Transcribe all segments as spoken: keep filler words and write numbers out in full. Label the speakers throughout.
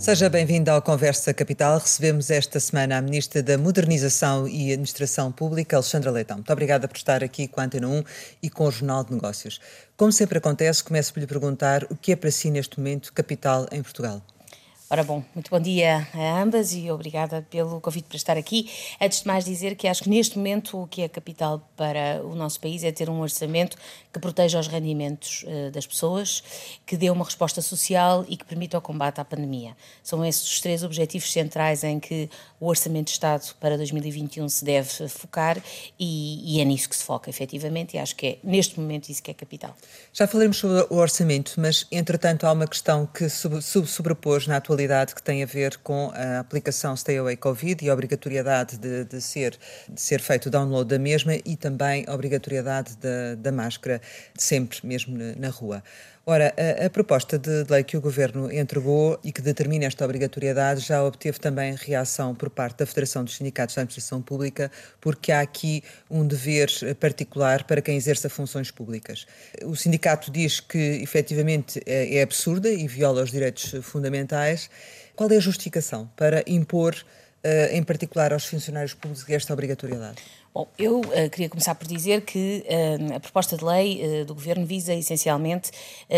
Speaker 1: Seja bem-vindo ao Conversa Capital. Recebemos esta semana a Ministra da Modernização e Administração Pública, Alexandra Leitão. Muito obrigada por estar aqui com a Antena um e com o Jornal de Negócios. Como sempre acontece, começo por lhe perguntar o que é para si neste momento capital em Portugal.
Speaker 2: Ora bom, muito bom dia a ambas e obrigada pelo convite para estar aqui. Antes de mais dizer que acho que neste momento o que é capital para o nosso país é ter um orçamento que proteja os rendimentos uh, das pessoas, que dê uma resposta social e que permita o combate à pandemia. São esses os três objetivos centrais em que o Orçamento de Estado para dois mil e vinte e um se deve focar e, e é nisso que se foca, efetivamente, e acho que é neste momento isso que é capital.
Speaker 1: Já falaremos sobre o orçamento, mas entretanto há uma questão que sub, sub, sobrepôs na atualidade que tem a ver com a aplicação Stay Away Covid e a obrigatoriedade de, de, ser, de ser feito o download da mesma e também a obrigatoriedade da, da máscara sempre, mesmo na, na rua. Ora, a, a proposta de lei que o Governo entregou e que determina esta obrigatoriedade já obteve também reação por parte da Federação dos Sindicatos da Administração Pública, porque há aqui um dever particular para quem exerça funções públicas. O sindicato diz que, efetivamente, é, é absurda e viola os direitos fundamentais. Qual é a justificação para impor, em particular aos funcionários públicos, esta obrigatoriedade?
Speaker 2: Bom, eu uh, queria começar por dizer que uh, a proposta de lei uh, do Governo visa essencialmente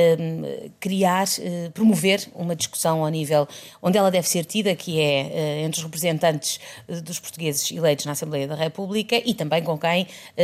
Speaker 2: uh, criar, uh, promover uma discussão ao nível onde ela deve ser tida, que é uh, entre os representantes uh, dos portugueses eleitos na Assembleia da República e também com quem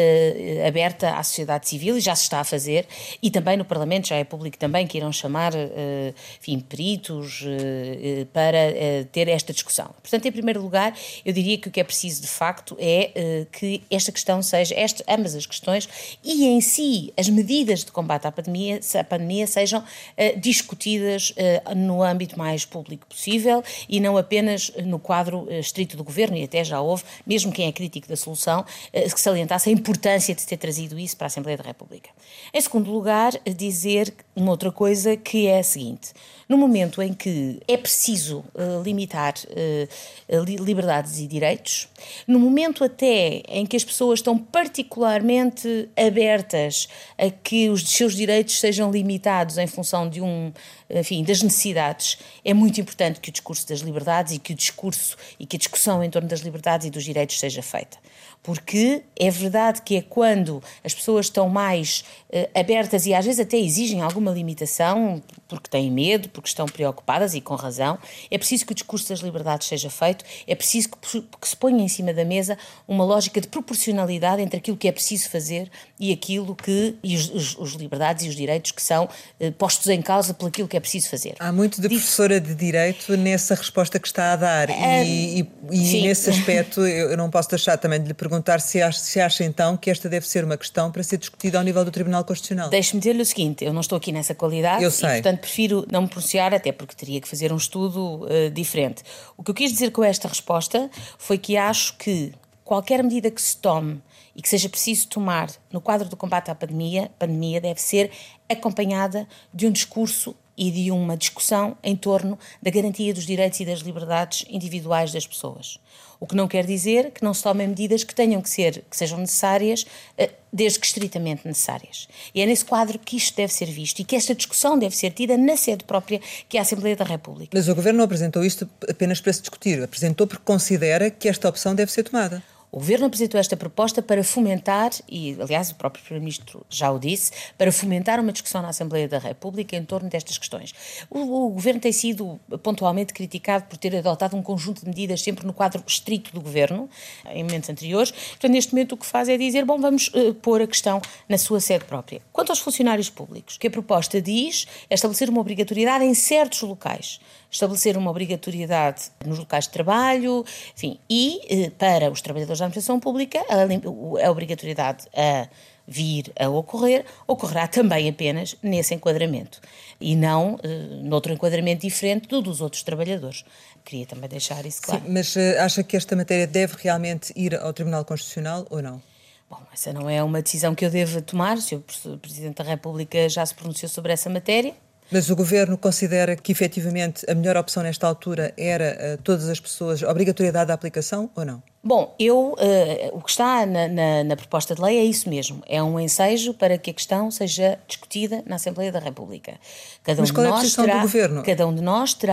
Speaker 2: uh, aberta à sociedade civil, e já se está a fazer, e também no Parlamento, já é público também, que irão chamar, uh, enfim, peritos uh, uh, para uh, ter esta discussão. Portanto, em primeiro lugar, eu diria que o que é preciso de facto é uh, que esta questão seja, este, ambas as questões e em si as medidas de combate à pandemia, à pandemia sejam uh, discutidas uh, no âmbito mais público possível e não apenas no quadro uh, estrito do Governo, e até já houve, mesmo quem é crítico da solução, uh, que salientasse a importância de ter trazido isso para a Assembleia da República. Em segundo lugar, dizer uma outra coisa que é a seguinte: no momento em que é preciso uh, limitar uh, liberdades e direitos, no momento até em que as pessoas estão particularmente abertas a que os seus direitos sejam limitados em função de um, enfim, das necessidades, é muito importante que o discurso das liberdades e que o discurso e que a discussão em torno das liberdades e dos direitos seja feita. Porque é verdade que é quando as pessoas estão mais uh, abertas e às vezes até exigem alguma limitação, porque têm medo, porque estão preocupadas e com razão, é preciso que o discurso das liberdades seja feito, é preciso que, que se ponha em cima da mesa uma lógica de proporcionalidade entre aquilo que é preciso fazer e aquilo que, e os, os, os liberdades e os direitos que são uh, postos em causa por aquilo que é preciso fazer.
Speaker 1: Há muito de professora de Direito nessa resposta que está a dar uh, e, e, e nesse aspecto eu, eu não posso deixar também de lhe perguntar perguntar se acha, se acha então que esta deve ser uma questão para ser discutida ao nível do Tribunal Constitucional.
Speaker 2: Deixe-me dizer-lhe o seguinte: eu não estou aqui nessa qualidade
Speaker 1: eu sei.
Speaker 2: E, portanto, prefiro não me pronunciar, até porque teria que fazer um estudo uh, diferente. O que eu quis dizer com esta resposta foi que acho que qualquer medida que se tome e que seja preciso tomar no quadro do combate à pandemia, pandemia deve ser acompanhada de um discurso e de uma discussão em torno da garantia dos direitos e das liberdades individuais das pessoas. O que não quer dizer que não se tomem medidas que tenham que ser, que sejam necessárias, desde que estritamente necessárias. E é nesse quadro que isto deve ser visto e que esta discussão deve ser tida na sede própria, que é a Assembleia da República.
Speaker 1: Mas o Governo não apresentou isto apenas para se discutir, apresentou porque considera que esta opção deve ser tomada.
Speaker 2: O Governo apresentou esta proposta para fomentar, e aliás o próprio Primeiro-Ministro já o disse, para fomentar uma discussão na Assembleia da República em torno destas questões. O, o Governo tem sido pontualmente criticado por ter adotado um conjunto de medidas sempre no quadro estrito do Governo, em momentos anteriores. Portanto, neste momento o que faz é dizer, bom, vamos uh, pôr a questão na sua sede própria. Quanto aos funcionários públicos, o que a proposta diz é estabelecer uma obrigatoriedade em certos locais. Estabelecer uma obrigatoriedade nos locais de trabalho, enfim, e eh, para os trabalhadores da administração pública, a, a obrigatoriedade a vir a ocorrer, ocorrerá também apenas nesse enquadramento e não eh, noutro enquadramento diferente do dos outros trabalhadores. Queria também deixar isso claro.
Speaker 1: Sim, mas uh, acha que esta matéria deve realmente ir ao Tribunal Constitucional ou não?
Speaker 2: Bom, essa não é uma decisão que eu devo tomar, o senhor Presidente da República já se pronunciou sobre essa matéria.
Speaker 1: Mas o Governo considera que, efetivamente, a melhor opção nesta altura era uh, todas as pessoas, obrigatoriedade da aplicação ou não?
Speaker 2: Bom, eu, uh, o que está na, na, na proposta de lei é isso mesmo. É um ensejo para que a questão seja discutida na Assembleia da República. Cada um
Speaker 1: Mas qual
Speaker 2: de
Speaker 1: é a
Speaker 2: nós
Speaker 1: posição
Speaker 2: terá,
Speaker 1: do Governo?
Speaker 2: Cada um de nós terá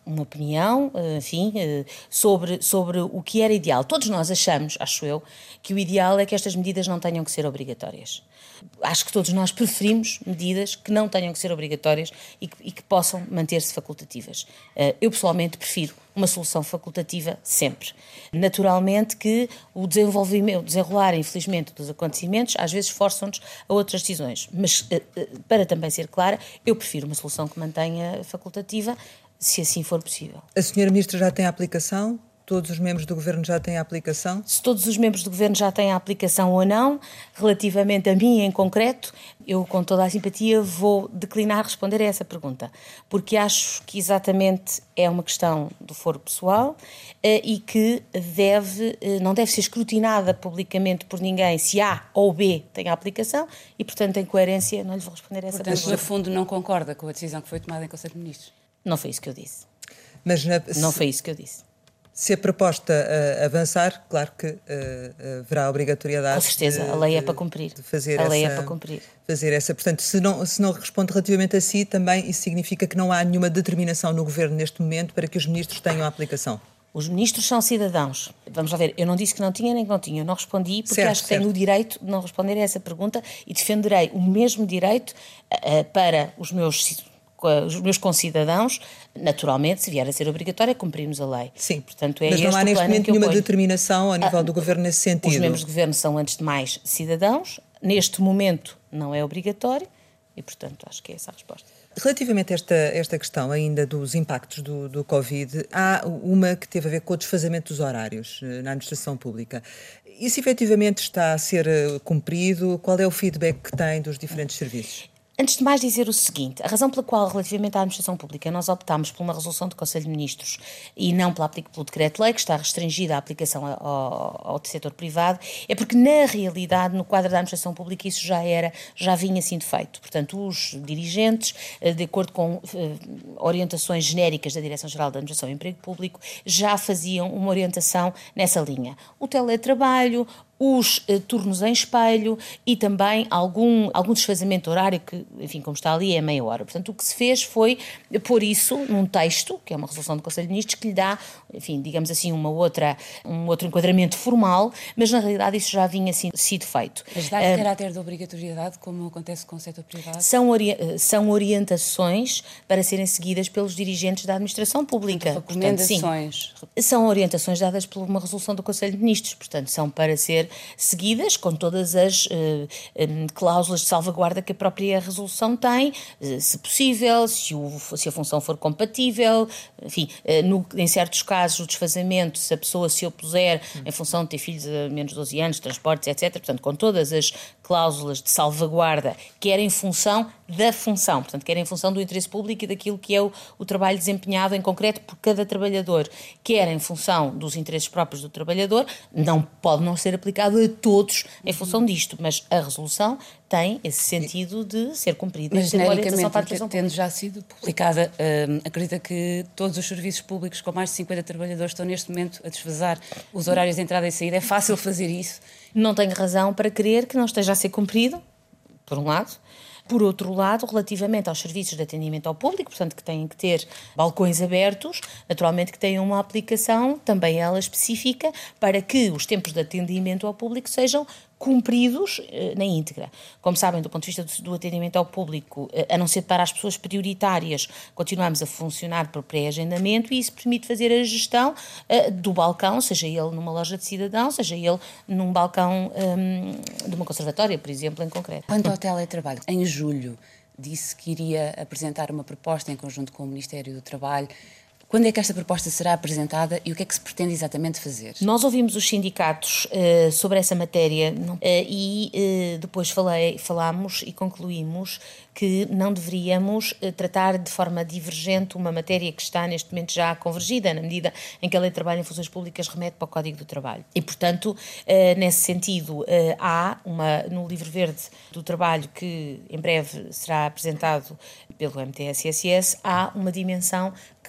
Speaker 2: uma opinião, enfim, sobre, sobre o que era ideal. Todos nós achamos, acho eu, que o ideal é que estas medidas não tenham que ser obrigatórias. Acho que todos nós preferimos medidas que não tenham que ser obrigatórias e que, e que possam manter-se facultativas. Eu, pessoalmente, prefiro uma solução facultativa sempre. Naturalmente que o desenvolvimento, o desenrolar, infelizmente, dos acontecimentos, às vezes forçam-nos a outras decisões. Mas, para também ser clara, eu prefiro uma solução que mantenha facultativa, se assim for possível.
Speaker 1: A senhora Ministra já tem a aplicação? Todos os membros do Governo já têm a aplicação?
Speaker 2: Se todos os membros do Governo já têm a aplicação ou não, relativamente a mim em concreto, eu com toda a simpatia vou declinar responder a essa pergunta, porque acho que exatamente é uma questão do foro pessoal eh, e que deve, eh, não deve ser escrutinada publicamente por ninguém se A ou B tem a aplicação e, portanto, em coerência, não lhe vou responder a essa
Speaker 3: portanto,
Speaker 2: pergunta.
Speaker 3: no fundo, não concorda com a decisão que foi tomada em Conselho de Ministros?
Speaker 2: Não foi isso que eu disse.
Speaker 1: Mas na,
Speaker 2: não
Speaker 1: se...
Speaker 2: foi isso que eu disse.
Speaker 1: Se a proposta uh, avançar, claro que uh, uh, haverá obrigatoriedade.
Speaker 2: Com certeza,
Speaker 1: de,
Speaker 2: a lei é
Speaker 1: de,
Speaker 2: para cumprir.
Speaker 1: De fazer
Speaker 2: a
Speaker 1: essa,
Speaker 2: lei é para cumprir.
Speaker 1: Fazer essa. Portanto, se não, se não responde relativamente a si, também isso significa que não há nenhuma determinação no Governo neste momento para que os ministros tenham a aplicação.
Speaker 2: Os ministros são cidadãos. Vamos lá ver, eu não disse que não tinha nem que não tinha, eu não respondi porque
Speaker 1: certo,
Speaker 2: acho que
Speaker 1: certo.
Speaker 2: tenho o direito de não responder a essa pergunta e defenderei o mesmo direito uh, para os meus, os meus concidadãos, naturalmente, se vier a ser obrigatório, cumprirmos a lei.
Speaker 1: Sim,
Speaker 2: portanto, é
Speaker 1: mas não há neste momento nenhuma determinação ao nível ah, do Governo nesse sentido.
Speaker 2: Os membros do Governo são, antes de mais, cidadãos. Neste momento não é obrigatório e, portanto, acho que é essa a resposta.
Speaker 1: Relativamente a esta, esta questão ainda dos impactos do, do Covid, há uma que teve a ver com o desfazamento dos horários na administração pública. Isso efetivamente está a ser cumprido? Qual é o feedback que tem dos diferentes serviços?
Speaker 2: Antes de mais dizer o seguinte, a razão pela qual, relativamente à administração pública, nós optámos por uma resolução do Conselho de Ministros e não pela, pelo decreto-lei, que está restringida à aplicação ao, ao setor privado, é porque, na realidade, no quadro da administração pública, isso já era, já vinha sendo feito. Portanto, os dirigentes, de acordo com orientações genéricas da Direção-Geral da Administração e Emprego Público, já faziam uma orientação nessa linha. O teletrabalho, os uh, turnos em espelho e também algum, algum desfazamento horário que, enfim, como está ali, é meia hora. Portanto, o que se fez foi pôr isso num texto, que é uma resolução do Conselho de Ministros, que lhe dá, enfim, digamos assim, uma outra, um outro enquadramento formal, mas na realidade isso já vinha assim, sido feito.
Speaker 3: Mas dá uh, caráter de obrigatoriedade, como acontece com o setor privado?
Speaker 2: São, ori- são orientações para serem seguidas pelos dirigentes da administração pública.
Speaker 3: Portanto, recomendações.
Speaker 2: Portanto, sim, são orientações dadas por uma resolução do Conselho de Ministros, portanto, são para ser seguidas com todas as uh, um, cláusulas de salvaguarda que a própria resolução tem, uh, se possível, se, o, se a função for compatível, enfim, uh, no, em certos casos o desfazamento, se a pessoa se opuser hum. em função de ter filhos a menos de doze anos, transportes, etcétera, portanto, com todas as cláusulas de salvaguarda, quer em função da função, portanto, quer em função do interesse público e daquilo que é o, o trabalho desempenhado em concreto por cada trabalhador, quer em função dos interesses próprios do trabalhador, não pode não ser aplicado a todos em função disto, mas a resolução tem esse sentido de ser cumprida.
Speaker 3: Mas, genericamente, tendo já sido publicada, hum, acredita que todos os serviços públicos com mais de cinquenta trabalhadores estão neste momento a desfasar os horários de entrada e saída? É fácil fazer isso?
Speaker 2: Não tenho razão para crer que não esteja a ser cumprido, por um lado. Por outro lado, relativamente aos serviços de atendimento ao público, portanto, que têm que ter balcões abertos, naturalmente que tenham uma aplicação, também ela específica, para que os tempos de atendimento ao público sejam cumpridos eh, na íntegra. Como sabem, do ponto de vista do, do atendimento ao público, eh, a não ser para as pessoas prioritárias, continuamos a funcionar por pré-agendamento e isso permite fazer a gestão eh, do balcão, seja ele numa loja de cidadão, seja ele num balcão um, de uma conservatória, por exemplo, em concreto.
Speaker 3: Quanto ao teletrabalho, em julho disse que iria apresentar uma proposta em conjunto com o Ministério do Trabalho. Quando é que esta proposta será apresentada e o que é que se pretende exatamente fazer?
Speaker 2: Nós ouvimos os sindicatos uh, sobre essa matéria uh, e uh, depois falei, falámos e concluímos que não deveríamos uh, tratar de forma divergente uma matéria que está neste momento já convergida, na medida em que a Lei de Trabalho em Funções Públicas remete para o Código do Trabalho. E, portanto, uh, nesse sentido, uh, há uma, no Livro Verde do Trabalho, que em breve será apresentado pelo M T S S, há uma dimensão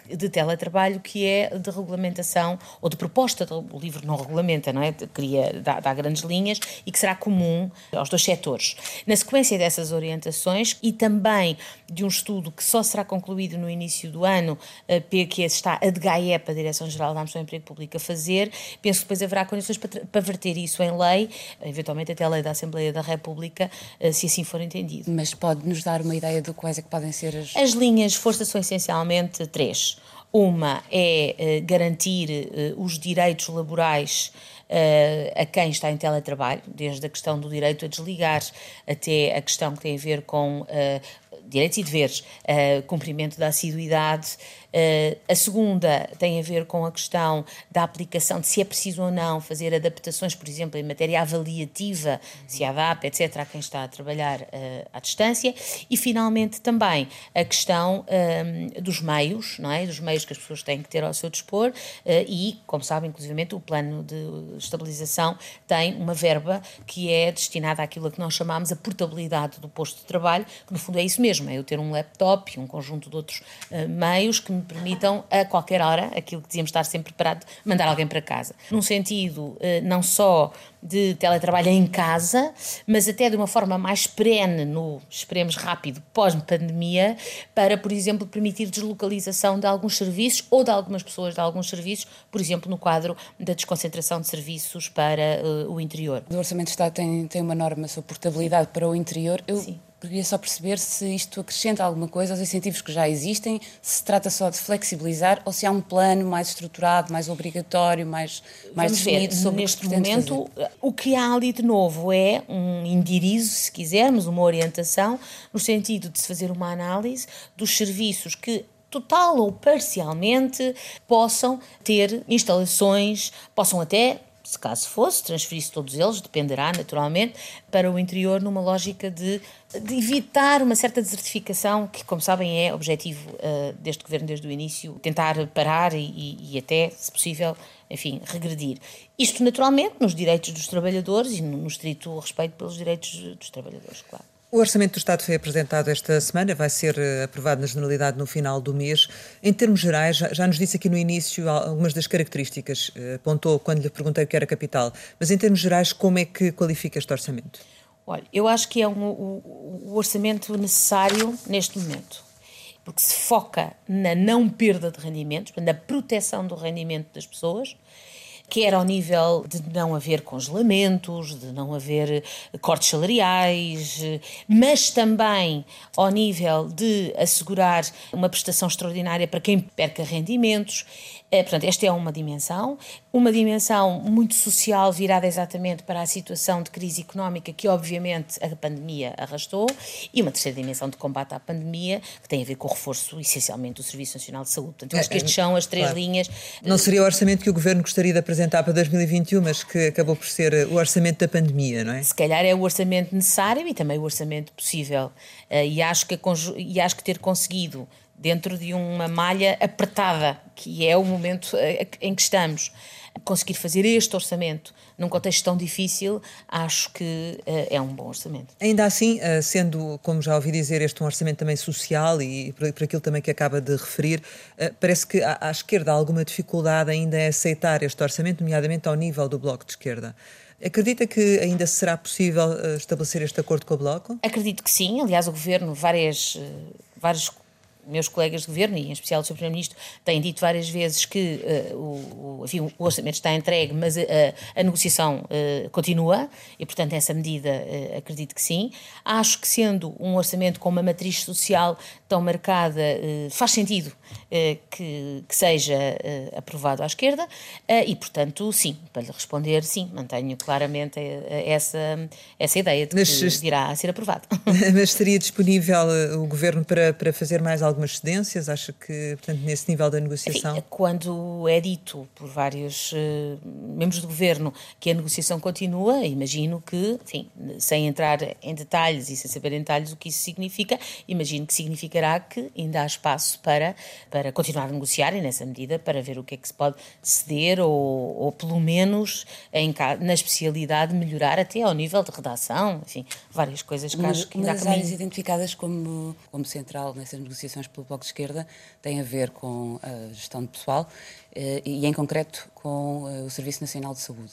Speaker 2: de teletrabalho, que é de regulamentação, ou de proposta, o livro não regulamenta, não é? Queria dar, dar grandes linhas, e que será comum aos dois setores. Na sequência dessas orientações e também de um estudo que só será concluído no início do ano, que está a D G A E P, a Direção-Geral da Administração do Emprego Público, a fazer, penso que depois haverá condições para, para verter isso em lei, eventualmente até a lei da Assembleia da República, se assim for entendido.
Speaker 3: Mas pode-nos dar uma ideia de quais é que podem ser as...
Speaker 2: As linhas de força são essencialmente três. Uma é uh, garantir uh, os direitos laborais uh, a quem está em teletrabalho, desde a questão do direito a desligar até a questão que tem a ver com uh, direitos e deveres, uh, cumprimento da assiduidade. Uh, a segunda tem a ver com a questão da aplicação de se é preciso ou não fazer adaptações, por exemplo, em matéria avaliativa, se há D A P, etcétera, a quem está a trabalhar uh, à distância. E, finalmente, também a questão um, dos meios, não é? Dos meios que as pessoas têm que ter ao seu dispor uh, e, como sabem, inclusivamente, o plano de estabilização tem uma verba que é destinada àquilo que nós chamamos a portabilidade do posto de trabalho, que, no fundo, é isso mesmo, é eu ter um laptop e um conjunto de outros uh, meios que me permitam, a qualquer hora, aquilo que dizíamos estar sempre preparado, mandar alguém para casa. Num sentido não só de teletrabalho em casa, mas até de uma forma mais perene, no, esperemos rápido, pós-pandemia, para, por exemplo, permitir deslocalização de alguns serviços ou de algumas pessoas de alguns serviços, por exemplo, no quadro da desconcentração de serviços para uh, o interior.
Speaker 3: O Orçamento de Estado tem, tem uma norma sobre portabilidade para o interior. Eu
Speaker 2: Sim.
Speaker 3: Queria só perceber se isto acrescenta alguma coisa aos incentivos que já existem, se se trata só de flexibilizar ou se há um plano mais estruturado, mais obrigatório, mais, mais definido
Speaker 2: ver,
Speaker 3: sobre
Speaker 2: neste
Speaker 3: o que se pretende
Speaker 2: momento,
Speaker 3: fazer.
Speaker 2: O que há ali de novo é um indirizo, se quisermos, uma orientação, no sentido de se fazer uma análise dos serviços que total ou parcialmente possam ter instalações, possam até, se caso fosse, transferir-se todos eles, dependerá naturalmente, para o interior numa lógica de, de evitar uma certa desertificação que, como sabem, é objetivo uh, deste governo desde o início, tentar parar e, e até, se possível, enfim, regredir. Isto naturalmente nos direitos dos trabalhadores e no, no estrito respeito pelos direitos dos trabalhadores, claro.
Speaker 1: O Orçamento do Estado foi apresentado esta semana, vai ser aprovado na Generalidade no final do mês. Em termos gerais, já, já nos disse aqui no início algumas das características, apontou quando lhe perguntei o que era capital, mas em termos gerais, como é que qualifica este orçamento?
Speaker 2: Olha, eu acho que é um, o, o orçamento necessário neste momento, porque se foca na não perda de rendimentos, na proteção do rendimento das pessoas, quer ao nível de não haver congelamentos, de não haver cortes salariais, mas também ao nível de assegurar uma prestação extraordinária para quem perca rendimentos. Portanto, esta é uma dimensão, uma dimensão muito social virada exatamente para a situação de crise económica que obviamente a pandemia arrastou, e uma terceira dimensão de combate à pandemia que tem a ver com o reforço essencialmente do Serviço Nacional de Saúde. Portanto, eu acho que estas são as três claro. linhas.
Speaker 1: Não seria o orçamento que o Governo gostaria de apresentar para dois mil e vinte e um, mas que acabou por ser o orçamento da pandemia, não é?
Speaker 2: Se calhar é o orçamento necessário e também o orçamento possível, e acho que, a, e acho que ter conseguido dentro de uma malha apertada, que é o momento em que estamos, conseguir fazer este orçamento num contexto tão difícil, acho que uh, é um bom orçamento.
Speaker 1: Ainda assim, uh, sendo, como já ouvi dizer, este um orçamento também social e por, por aquilo também que acaba de referir, uh, parece que à, à esquerda há alguma dificuldade ainda em aceitar este orçamento, nomeadamente ao nível do Bloco de Esquerda. Acredita que ainda será possível uh, estabelecer este acordo com o Bloco?
Speaker 2: Acredito que sim. Aliás, o Governo, várias, uh, vários meus colegas de governo, e em especial o senhor Primeiro-Ministro, têm dito várias vezes que uh, o, o, enfim, o orçamento está entregue, mas uh, a negociação uh, continua, e portanto essa medida uh, acredito que sim. Acho que sendo um orçamento com uma matriz social tão marcada, uh, faz sentido uh, que, que seja uh, aprovado à esquerda, uh, e portanto sim, para lhe responder, sim, mantenho claramente essa, essa ideia de que mas, virá a ser aprovado.
Speaker 1: Mas estaria disponível uh, o Governo para, para fazer mais algumas cedências? Acha que, portanto, nesse nível da negociação?
Speaker 2: Enfim, quando é dito por vários uh, membros do Governo que a negociação continua, imagino que, enfim, sem entrar em detalhes e sem saber em detalhes o que isso significa, imagino que significará que ainda há espaço para, para continuar a negociar e, nessa medida, para ver o que é que se pode ceder ou, ou pelo menos, em, na especialidade, melhorar até ao nível de redação, enfim, várias coisas que
Speaker 3: mas,
Speaker 2: acho que ainda há
Speaker 3: caminho. Mas as áreas identificadas como, como central nessas negociações propostas pelo Bloco de Esquerda têm a ver com a gestão de pessoal e, em concreto, com o Serviço Nacional de Saúde.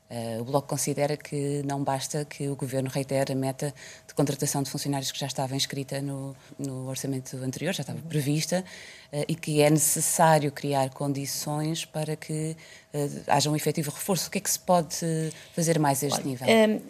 Speaker 3: O Bloco considera que não basta que o Governo reitere a meta de contratação de funcionários que já estava inscrita no, no orçamento anterior, já estava prevista, e que é necessário criar condições para que uh, haja um efetivo reforço. O que é que se pode fazer mais a este nível?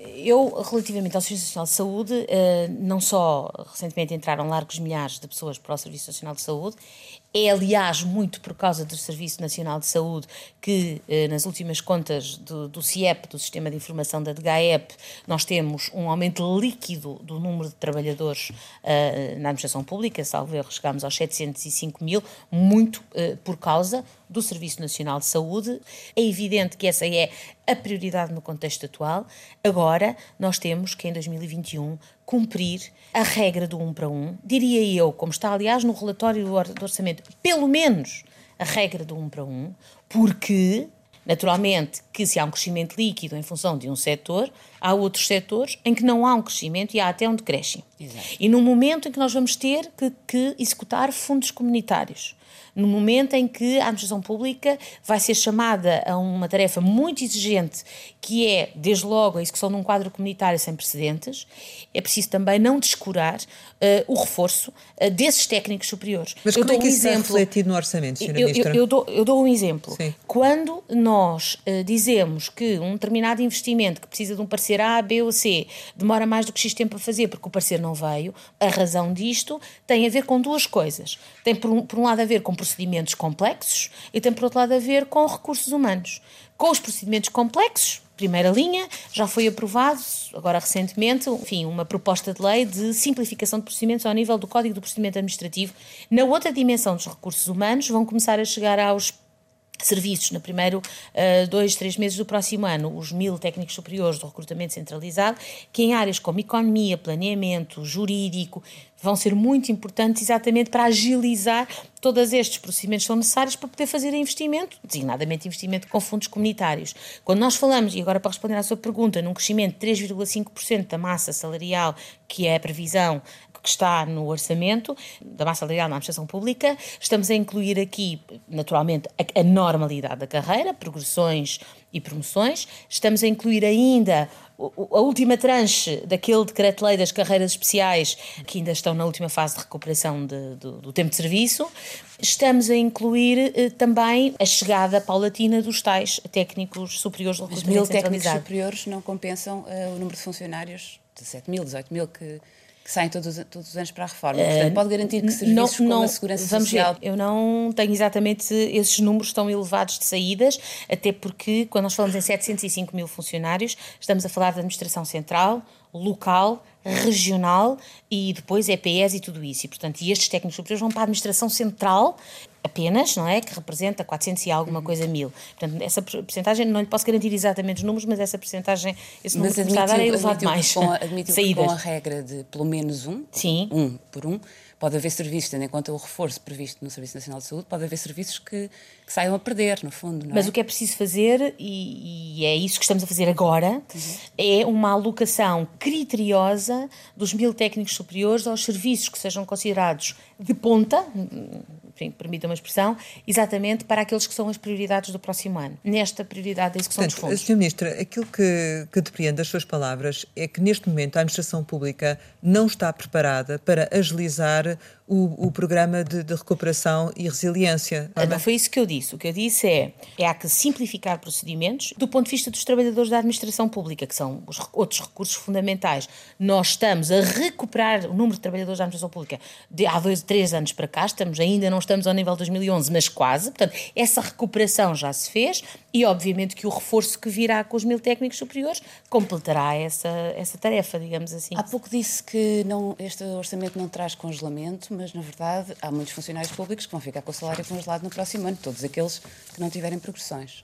Speaker 2: Eu, relativamente ao Serviço Nacional de Saúde, não só recentemente entraram largos milhares de pessoas para o Serviço Nacional de Saúde, é, aliás, muito por causa do Serviço Nacional de Saúde que, nas últimas contas do, do C I E P, do Sistema de Informação da D G A E P, nós temos um aumento líquido do número de trabalhadores uh, na administração pública, salvo erro, chegámos aos setecentos e cinco mil, muito uh, por causa do Serviço Nacional de Saúde. É evidente que essa é a prioridade no contexto atual. Agora, nós temos que, em dois mil e vinte e um, cumprir a regra do um para um. Diria eu, como está, aliás, no relatório do orçamento, pelo menos a regra do um para um, porque, naturalmente, que se há um crescimento líquido em função de um setor, há outros setores em que não há um crescimento e há até um decréscimo. Exato. E no momento em que nós vamos ter que, que executar fundos comunitários, no momento em que a administração pública vai ser chamada a uma tarefa muito exigente, que é, desde logo, a execução de um quadro comunitário sem precedentes, é preciso também não descurar uh, o reforço uh, desses técnicos superiores.
Speaker 1: Mas
Speaker 2: eu
Speaker 1: como é que
Speaker 2: um
Speaker 1: isso
Speaker 2: exemplo,
Speaker 1: está refletido no orçamento, senhora
Speaker 2: eu,
Speaker 1: Ministra?
Speaker 2: Eu, eu, dou, eu dou um exemplo.
Speaker 1: Sim.
Speaker 2: Quando nós uh, dizemos que um determinado investimento que precisa de um parecer A, B ou C demora mais do que X tempo a fazer porque o parecer não veio, a razão disto tem a ver com duas coisas. Tem, por um, por um lado, a ver com procedimentos complexos e tem, por outro lado, a ver com recursos humanos. Com os procedimentos complexos, primeira linha, já foi aprovado, agora recentemente, enfim, uma proposta de lei de simplificação de procedimentos ao nível do Código do Procedimento Administrativo. Na outra dimensão dos recursos humanos, vão começar a chegar aos serviços, no primeiro uh, dois, três meses do próximo ano, os mil técnicos superiores do recrutamento centralizado, que em áreas como economia, planeamento, jurídico, vão ser muito importantes exatamente para agilizar todos estes procedimentos que são necessários para poder fazer investimento, designadamente investimento com fundos comunitários. Quando nós falamos, e agora para responder à sua pergunta, num crescimento de três vírgula cinco por cento da massa salarial, que é a previsão que está no orçamento da massa salarial na administração pública, estamos a incluir aqui, naturalmente, a, a normalidade da carreira, progressões e promoções, estamos a incluir ainda a última tranche daquele decreto-lei das carreiras especiais, que ainda estão na última fase de recuperação de, do, do tempo de serviço. Estamos a incluir eh, também a chegada paulatina dos tais técnicos superiores do recrutamento centralizado.
Speaker 3: Os mil técnicos superiores não compensam uh, o número de funcionários, dezessete mil, dezoito mil, que... que saem todos, todos os anos para a reforma. Portanto, pode garantir que serviços não, não, como a segurança
Speaker 2: vamos
Speaker 3: social...
Speaker 2: Ver, eu não tenho exatamente esses números tão elevados de saídas, até porque, quando nós falamos em setecentos e cinco mil funcionários, estamos a falar de administração central, local, regional e depois E P Es e tudo isso. E, portanto, e estes técnicos superiores vão para a administração central apenas, não é? Que representa quatrocentos e alguma coisa mil. Portanto, essa porcentagem, não lhe posso garantir exatamente os números, mas essa porcentagem, esse número que está a dar é elevado mais.
Speaker 3: Com a, admitiu que com a regra de pelo menos um,
Speaker 2: Sim.
Speaker 3: um por um, pode haver serviços, tendo em conta o reforço previsto no Serviço Nacional de Saúde, pode haver serviços que, que saiam a perder, no fundo, não é?
Speaker 2: Mas o que é preciso fazer, e, e é isso que estamos a fazer agora, uhum. é uma alocação criteriosa dos mil técnicos superiores aos serviços que sejam considerados de ponta, enfim, permita uma expressão, exatamente para aqueles que são as prioridades do próximo ano, nesta prioridade da execução
Speaker 1: Portanto,
Speaker 2: dos fundos.
Speaker 1: senhora Ministra, aquilo que, que depreende das suas palavras é que neste momento a administração pública não está preparada para agilizar o, o programa de, de recuperação e resiliência.
Speaker 2: Não, não foi isso que eu disse. O que eu disse é é há que simplificar procedimentos do ponto de vista dos trabalhadores da administração pública, que são os outros recursos fundamentais. Nós estamos a recuperar o número de trabalhadores da administração pública de há dois, três anos para cá, estamos, ainda não estamos ao nível de dois mil e onze, mas quase. Portanto, essa recuperação já se fez e, obviamente, que o reforço que virá com os mil técnicos superiores completará essa, essa tarefa, digamos assim.
Speaker 3: Há pouco disse que não, este orçamento não traz congelamento, mas, na verdade, há muitos funcionários públicos que vão ficar com o salário congelado no próximo ano, todos aqueles que não tiverem progressões.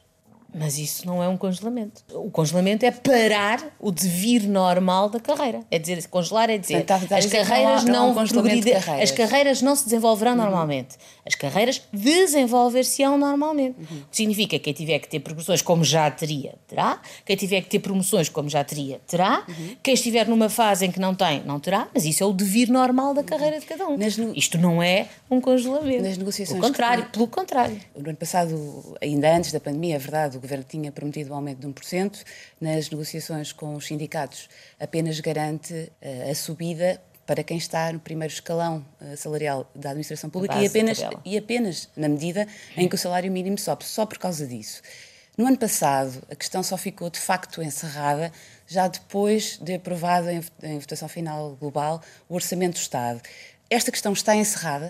Speaker 2: Mas isso não é um congelamento. O congelamento é parar o devir normal da carreira. É dizer, congelar é dizer,
Speaker 3: Portanto,
Speaker 2: as carreiras não,
Speaker 3: não, não, não de carreiras.
Speaker 2: As carreiras não se desenvolverão uhum. normalmente. As carreiras desenvolver-se-ão normalmente. Uhum. O que significa que quem tiver que ter progressões como já teria, terá. Quem tiver que ter promoções como já teria, terá. Uhum. Quem estiver numa fase em que não tem, não terá. Mas isso é o devir normal da carreira de cada um. No... Isto não é um congelamento.
Speaker 3: Nas negociações...
Speaker 2: Pelo contrário, que... pelo contrário.
Speaker 3: No ano passado, ainda antes da pandemia, é verdade, o Governo tinha prometido um aumento de um por cento. Nas negociações com os sindicatos, apenas garante uh, a subida para quem está no primeiro escalão uh, salarial da administração pública e apenas, e apenas na medida em que o salário mínimo sobe, só por causa disso. No ano passado, a questão só ficou de facto encerrada já depois de aprovado em, em votação final global o Orçamento do Estado. Esta questão está encerrada?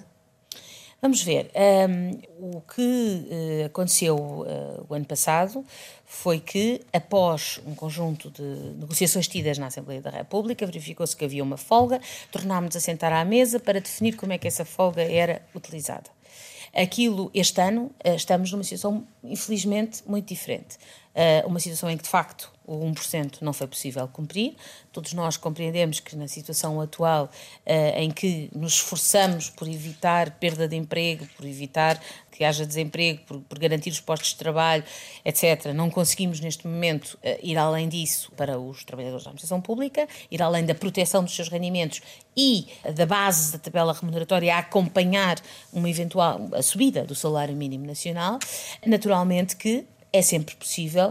Speaker 2: Vamos ver, um, o que uh, aconteceu uh, o ano passado foi que, após um conjunto de negociações tidas na Assembleia da República, verificou-se que havia uma folga, tornámos-nos a sentar à mesa para definir como é que essa folga era utilizada. Aquilo, este ano, uh, estamos numa situação, infelizmente, muito diferente. Uh, uma situação em que, de facto, o um por cento não foi possível cumprir. Todos nós compreendemos que na situação atual, uh, em que nos esforçamos por evitar perda de emprego, por evitar que haja desemprego, por, por garantir os postos de trabalho, etcétera, não conseguimos neste momento uh, ir além disso para os trabalhadores da administração pública, ir além da proteção dos seus rendimentos e da base da tabela remuneratória a acompanhar uma eventual a subida do salário mínimo nacional. Naturalmente que é sempre possível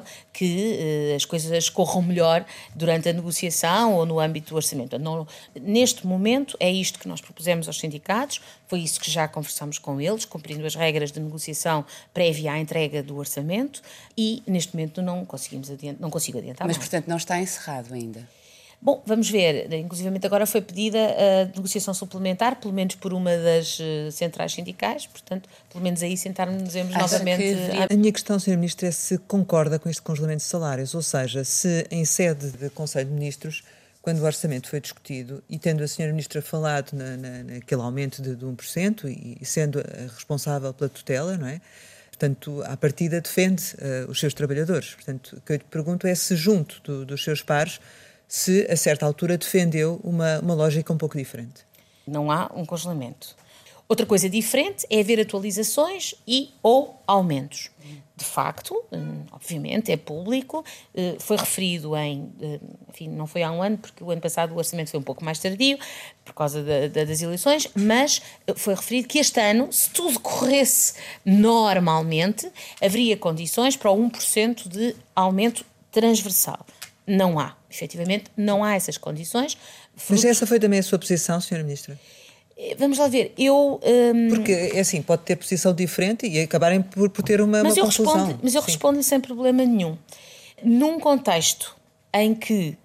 Speaker 2: que uh, as coisas corram melhor durante a negociação ou no âmbito do orçamento. Não, neste momento é isto que nós propusemos aos sindicatos, foi isso que já conversamos com eles, cumprindo as regras de negociação prévia à entrega do orçamento e neste momento não conseguimos adiantar, não consigo adiantar
Speaker 3: Mas,
Speaker 2: mais.
Speaker 3: Portanto, não está encerrado ainda?
Speaker 2: Bom, vamos ver. Inclusivamente agora foi pedida a negociação suplementar, pelo menos por uma das uh, centrais sindicais, portanto, pelo menos aí sentarmos novamente.
Speaker 1: Que... A minha questão, senhor Ministro, é se concorda com este congelamento de salários, ou seja, se em sede de Conselho de Ministros, quando o orçamento foi discutido, e tendo a senhora Ministra falado na, na, naquele aumento de, de um por cento e, e sendo a responsável pela tutela, não é? Portanto, à partida defende uh, os seus trabalhadores. Portanto, o que eu lhe pergunto é se junto do, dos seus pares se, a certa altura, defendeu uma, uma lógica um pouco diferente.
Speaker 2: Não há um congelamento. Outra coisa diferente é haver atualizações e ou aumentos. De facto, obviamente, é público, foi referido em, enfim, não foi há um ano, porque o ano passado o orçamento foi um pouco mais tardio, por causa da, da, das eleições, mas foi referido que este ano, se tudo corresse normalmente, haveria condições para o um por cento de aumento transversal. Não há, efetivamente, não há essas condições.
Speaker 1: Mas essa foi também a sua posição, senhora Ministra?
Speaker 2: Vamos lá ver, eu... Hum...
Speaker 1: Porque, é assim, pode ter posição diferente e acabarem por, por ter uma,
Speaker 2: mas
Speaker 1: uma
Speaker 2: eu
Speaker 1: conclusão.
Speaker 2: Respondo, mas eu respondo-lhe sem problema nenhum. Num contexto em que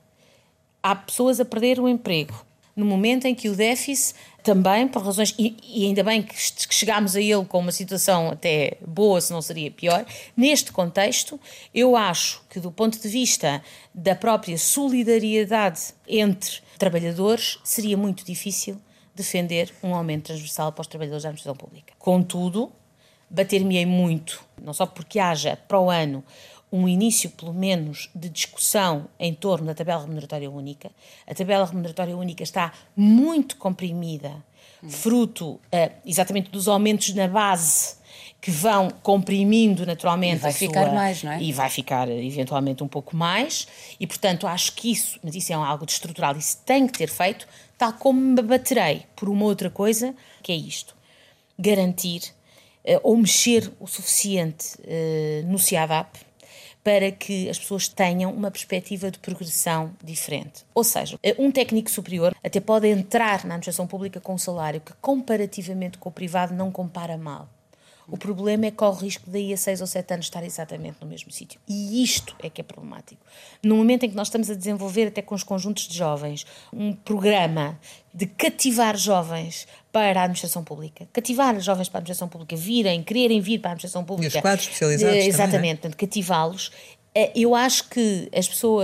Speaker 2: há pessoas a perder o emprego, no momento em que o déficit também, por razões, e, e ainda bem que, que chegámos a ele com uma situação até boa, se não seria pior, neste contexto, eu acho que do ponto de vista da própria solidariedade entre trabalhadores, seria muito difícil defender um aumento transversal para os trabalhadores da administração pública. Contudo, bater-me-ei muito, não só porque haja para o ano um início, pelo menos, de discussão em torno da tabela remuneratória única. A tabela remuneratória única está muito comprimida, hum. fruto uh, exatamente dos aumentos na base que vão comprimindo naturalmente.
Speaker 3: E vai
Speaker 2: a
Speaker 3: ficar
Speaker 2: sua,
Speaker 3: mais, não é?
Speaker 2: E vai ficar, eventualmente, um pouco mais. E, portanto, acho que isso, mas isso é algo de estrutural, isso tem que ter feito, tal como me baterei por uma outra coisa, que é isto. Garantir uh, ou mexer o suficiente uh, no C I A D A P para que as pessoas tenham uma perspectiva de progressão diferente. Ou seja, um técnico superior até pode entrar na administração pública com um salário que, comparativamente com o privado, não compara mal. O problema é que corre o risco daí a seis ou sete anos estar exatamente no mesmo sítio. E isto é que é problemático. No momento em que nós estamos a desenvolver, até com os conjuntos de jovens, um programa de cativar jovens para a administração pública, cativar os jovens para a administração pública, virem, quererem vir para a administração pública.
Speaker 1: E os quadros especializados
Speaker 2: Exatamente,
Speaker 1: também,
Speaker 2: portanto, cativá-los. Eu acho que as pessoas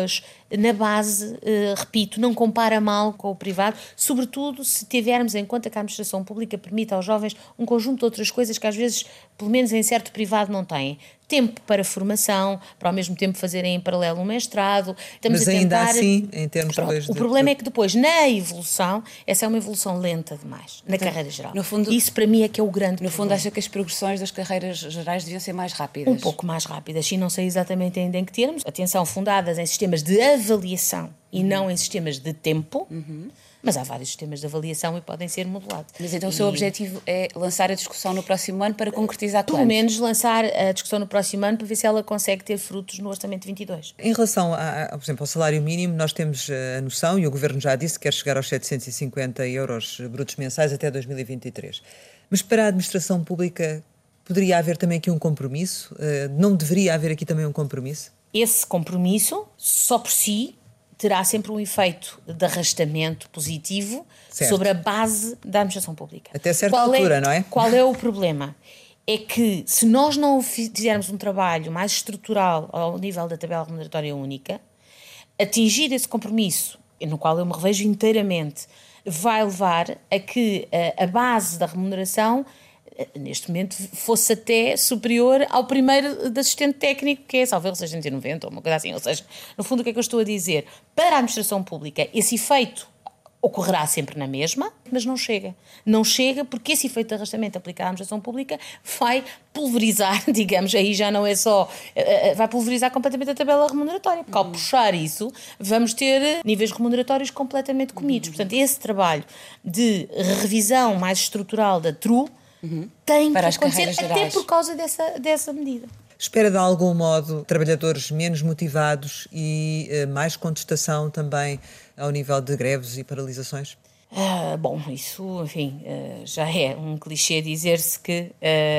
Speaker 2: na base, eh, repito, não compara mal com o privado, sobretudo se tivermos em conta que a administração pública permite aos jovens um conjunto de outras coisas que às vezes, pelo menos em certo privado, não têm. Tempo para formação, para ao mesmo tempo fazerem em paralelo um mestrado. Estamos
Speaker 1: Mas
Speaker 2: a tentar...
Speaker 1: ainda assim, em termos
Speaker 2: Pronto,
Speaker 1: depois...
Speaker 2: O
Speaker 1: de...
Speaker 2: problema é que depois, na evolução, essa é uma evolução lenta demais, na então, carreira geral.
Speaker 3: No fundo,
Speaker 2: isso para mim é que é o grande
Speaker 3: No
Speaker 2: problema.
Speaker 3: fundo, acha que as progressões das carreiras gerais deviam ser mais rápidas?
Speaker 2: Um pouco mais rápidas, e não sei exatamente ainda em que termos. Atenção, fundadas em sistemas de avaliação e uhum. não em sistemas de tempo, uhum. mas há vários sistemas de avaliação e podem ser modulados.
Speaker 3: Mas então
Speaker 2: e...
Speaker 3: o seu objetivo é lançar a discussão no próximo ano para concretizar
Speaker 2: Pelo
Speaker 3: quando?
Speaker 2: menos lançar a discussão no próximo ano para ver se ela consegue ter frutos no Orçamento de vinte e dois.
Speaker 1: Em relação, a, a, por exemplo, ao salário mínimo, nós temos a noção, e o Governo já disse que quer chegar aos setecentos e cinquenta euros brutos mensais até dois mil e vinte e três. Mas para a administração pública poderia haver também aqui um compromisso? Não deveria haver aqui também um compromisso?
Speaker 2: Esse compromisso, só por si, terá sempre um efeito de arrastamento positivo certo. Sobre a base da administração pública.
Speaker 1: Até certa
Speaker 2: qual
Speaker 1: altura,
Speaker 2: é,
Speaker 1: não é?
Speaker 2: Qual é o problema? É que se nós não fizermos um trabalho mais estrutural ao nível da tabela remuneratória única, atingir esse compromisso, no qual eu me revejo inteiramente, vai levar a que a, a base da remuneração neste momento fosse até superior ao primeiro de assistente técnico, que é salvo erro seiscentos e noventa ou uma coisa assim. Ou seja, no fundo o que é que eu estou a dizer? Para a administração pública esse efeito ocorrerá sempre na mesma, mas não chega. Não chega porque esse efeito de arrastamento aplicado à administração pública vai pulverizar, digamos, aí já não é só, vai pulverizar completamente a tabela remuneratória, porque ao puxar isso vamos ter níveis remuneratórios completamente comidos. Portanto, esse trabalho de revisão mais estrutural da T R U Uhum. tem
Speaker 3: para
Speaker 2: que acontecer até por causa dessa, dessa medida.
Speaker 1: Espera de algum modo trabalhadores menos motivados e uh, mais contestação também ao nível de greves e paralisações?
Speaker 2: Uh, bom, isso, enfim, uh, já é um clichê dizer-se que uh,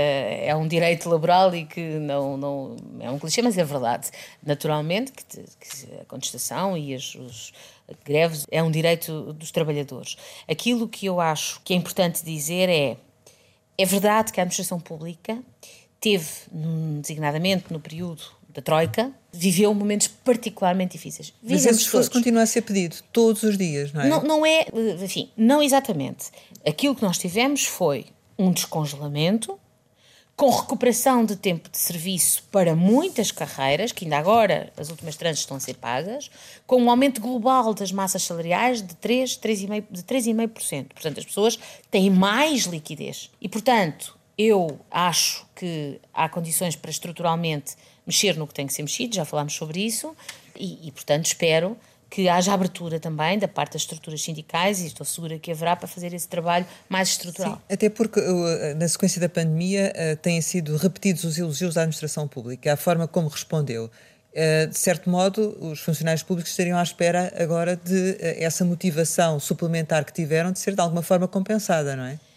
Speaker 2: é um direito laboral e que não, não é um clichê, mas é verdade. Naturalmente que, te, que a contestação e as, os greves é um direito dos trabalhadores. Aquilo que eu acho que é importante dizer é É verdade que a administração pública teve, designadamente no período da Troika, viveu momentos particularmente difíceis.
Speaker 1: Mas esse esforço continua a ser pedido todos os dias, não é?
Speaker 2: Não, não é, enfim, não exatamente. Aquilo que nós tivemos foi um descongelamento, com recuperação de tempo de serviço para muitas carreiras, que ainda agora as últimas tranches estão a ser pagas, com um aumento global das massas salariais de três, três vírgula cinco por cento, de três vírgula cinco por cento. Portanto, as pessoas têm mais liquidez. E, portanto, eu acho que há condições para estruturalmente mexer no que tem que ser mexido, já falámos sobre isso, e, e portanto, espero que haja abertura também da parte das estruturas sindicais, e estou segura que haverá para fazer esse trabalho mais estrutural.
Speaker 1: Sim, até porque na sequência da pandemia têm sido repetidos os elogios à administração pública, a forma como respondeu. De certo modo, os funcionários públicos estariam à espera agora de essa motivação suplementar que tiveram de ser de alguma forma compensada, não é?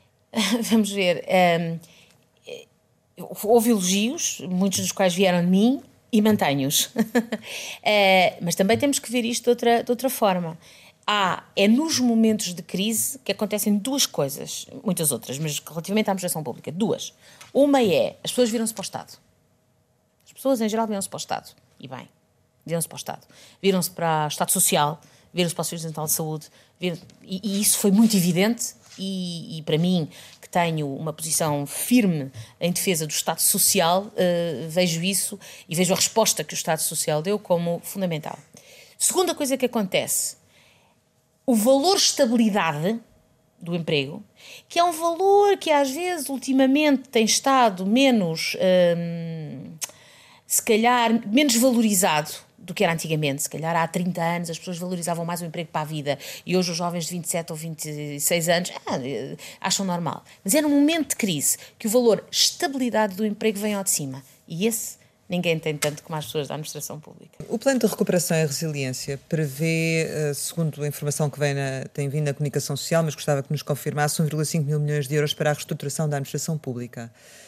Speaker 2: Vamos ver. Um, houve elogios, muitos dos quais vieram de mim, e mantenho-os. é, mas também temos que ver isto de outra, de outra forma. Há, é nos momentos de crise que acontecem duas coisas, muitas outras, mas relativamente à administração pública, duas. Uma é, as pessoas viram-se para o Estado. As pessoas, em geral, viram-se para o Estado. E bem, viram-se para o Estado. Viram-se para o Estado Social, viram-se para o Serviço Nacional de Saúde, viram, e, e isso foi muito evidente, e, e para mim, que tenho uma posição firme em defesa do Estado Social, uh, vejo isso e vejo a resposta que o Estado Social deu como fundamental. Segunda coisa que acontece, o valor estabilidade do emprego, que é um valor que às vezes ultimamente tem estado menos, um, se calhar, menos valorizado do que era antigamente. Se calhar há trinta anos as pessoas valorizavam mais o emprego para a vida e hoje os jovens de vinte e sete ou vinte e seis anos ah, acham normal. Mas é num momento de crise que o valor estabilidade do emprego vem ao de cima, e esse ninguém tem tanto como as pessoas da administração pública.
Speaker 1: O plano de recuperação e resiliência prevê, segundo a informação que vem na, tem vindo na comunicação social, mas gostava que nos confirmasse, um vírgula cinco mil milhões de euros para a reestruturação da administração pública.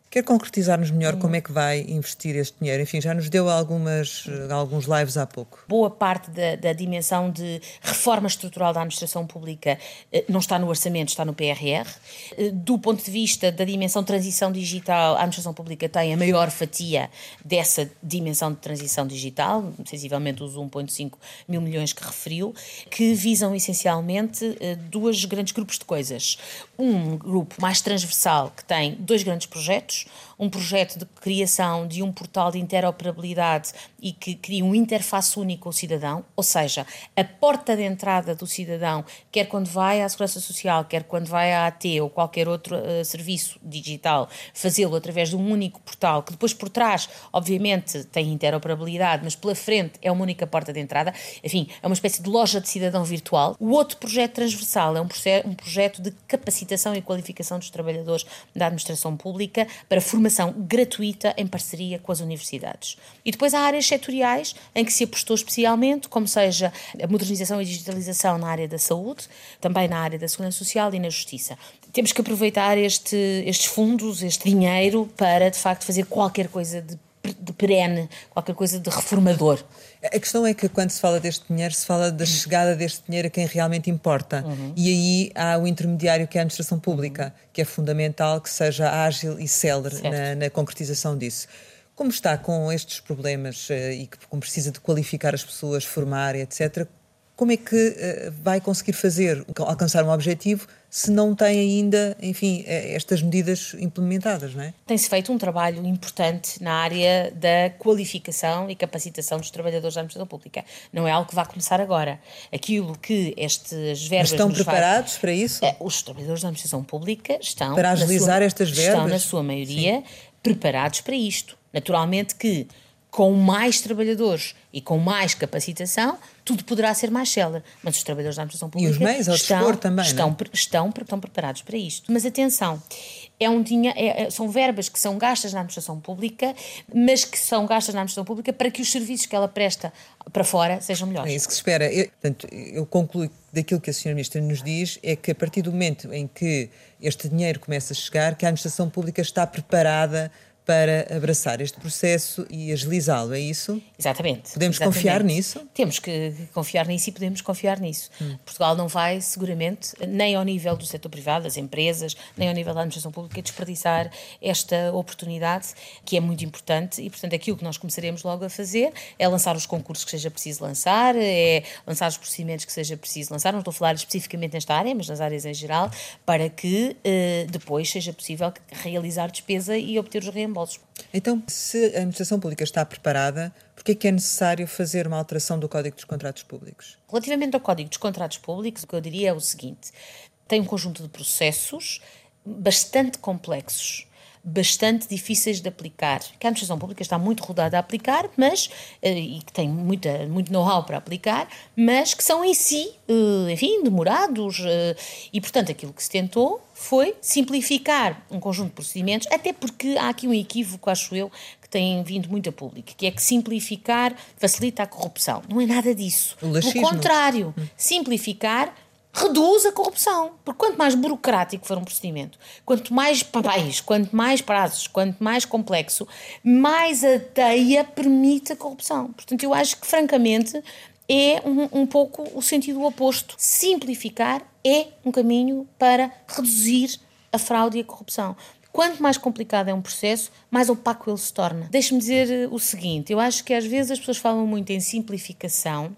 Speaker 1: Quer concretizar-nos melhor hum. como é que vai investir este dinheiro? Enfim, já nos deu algumas, alguns lives há pouco.
Speaker 2: Boa parte da, da dimensão de reforma estrutural da administração pública não está no orçamento, está no P R R. Do ponto de vista da dimensão de transição digital, a administração pública tem a maior fatia dessa dimensão de transição digital, sensivelmente os um vírgula cinco mil milhões que referiu, que visam essencialmente dois grandes grupos de coisas. Um grupo mais transversal que tem dois grandes projetos, um projeto de criação de um portal de interoperabilidade e que cria um interface único ao cidadão, ou seja, a porta de entrada do cidadão, quer quando vai à Segurança Social, quer quando vai à A T ou qualquer outro uh, serviço digital, fazê-lo através de um único portal, que depois por trás, obviamente, tem interoperabilidade, mas pela frente é uma única porta de entrada, enfim, é uma espécie de loja de cidadão virtual. O outro projeto transversal é um, proce- um projeto de capacitação e qualificação dos trabalhadores da administração pública para formação gratuita em parceria com as universidades. E depois há áreas setoriais em que se apostou especialmente, como seja a modernização e digitalização na área da saúde, também na área da segurança social e na justiça. Temos que aproveitar este, estes fundos, este dinheiro, para de facto fazer qualquer coisa de de perene, qualquer coisa de reformador.
Speaker 1: A questão é que quando se fala deste dinheiro, se fala da chegada deste dinheiro a quem realmente importa. Uhum. E aí há o intermediário que é a administração pública, uhum. que é fundamental que seja ágil e célere na, na concretização disso. Como está com estes problemas uh, e que como precisa de qualificar as pessoas, formar, etcétera, como é que uh, vai conseguir fazer, alcançar um objetivo se não tem ainda, enfim, estas medidas implementadas, não é?
Speaker 2: Tem-se feito um trabalho importante na área da qualificação e capacitação dos trabalhadores da administração pública. Não é algo que vai começar agora. Aquilo que estas verbas... Mas
Speaker 1: estão preparados faz... para isso?
Speaker 2: É, os trabalhadores da administração pública estão...
Speaker 1: Para agilizar
Speaker 2: sua...
Speaker 1: estas verbas?
Speaker 2: Estão, na sua maioria, Sim. preparados para isto. Naturalmente que com mais trabalhadores e com mais capacitação, tudo poderá ser mais célere. Mas os trabalhadores da administração pública
Speaker 1: e os meios ao
Speaker 2: estão,
Speaker 1: dispor também,
Speaker 2: estão,
Speaker 1: não é?
Speaker 2: estão, estão preparados para isto. Mas atenção, é um dinha, é, são verbas que são gastas na administração pública, mas que são gastas na administração pública para que os serviços que ela presta para fora sejam melhores.
Speaker 1: É isso que se espera. Eu, portanto, eu concluo daquilo que a senhora Ministra nos diz, é que a partir do momento em que este dinheiro começa a chegar, que a administração pública está preparada para abraçar este processo e agilizá-lo, é isso?
Speaker 2: Exatamente.
Speaker 1: Podemos
Speaker 2: exatamente.
Speaker 1: confiar nisso?
Speaker 2: Temos que confiar nisso e podemos confiar nisso. Hum. Portugal não vai, seguramente, nem ao nível do setor privado, das empresas, nem ao nível da administração pública, desperdiçar esta oportunidade, que é muito importante, e, portanto, aquilo que nós começaremos logo a fazer é lançar os concursos que seja preciso lançar, é lançar os procedimentos que seja preciso lançar, não estou a falar especificamente nesta área, mas nas áreas em geral, para que eh, depois seja possível realizar despesa e obter os reembolsos.
Speaker 1: Então, se a administração pública está preparada, por que é que é necessário fazer uma alteração do Código dos Contratos Públicos?
Speaker 2: Relativamente ao Código dos Contratos Públicos, o que eu diria é o seguinte: tem um conjunto de processos bastante complexos, bastante difíceis de aplicar, que a administração pública está muito rodada a aplicar, mas, e que tem muita, muito know-how para aplicar, mas que são em si, enfim, demorados, e, portanto, aquilo que se tentou foi simplificar um conjunto de procedimentos, até porque há aqui um equívoco, acho eu, que tem vindo muito a público, que é que simplificar facilita a corrupção. Não é nada disso. Pelo contrário, hum. simplificar reduz a corrupção, porque quanto mais burocrático for um procedimento, quanto mais papéis, quanto mais prazos, quanto mais complexo, mais a teia permite a corrupção. Portanto, eu acho que, francamente, é um, um pouco o sentido oposto. Simplificar é um caminho para reduzir a fraude e a corrupção. Quanto mais complicado é um processo, mais opaco ele se torna. Deixe-me dizer o seguinte: eu acho que às vezes as pessoas falam muito em simplificação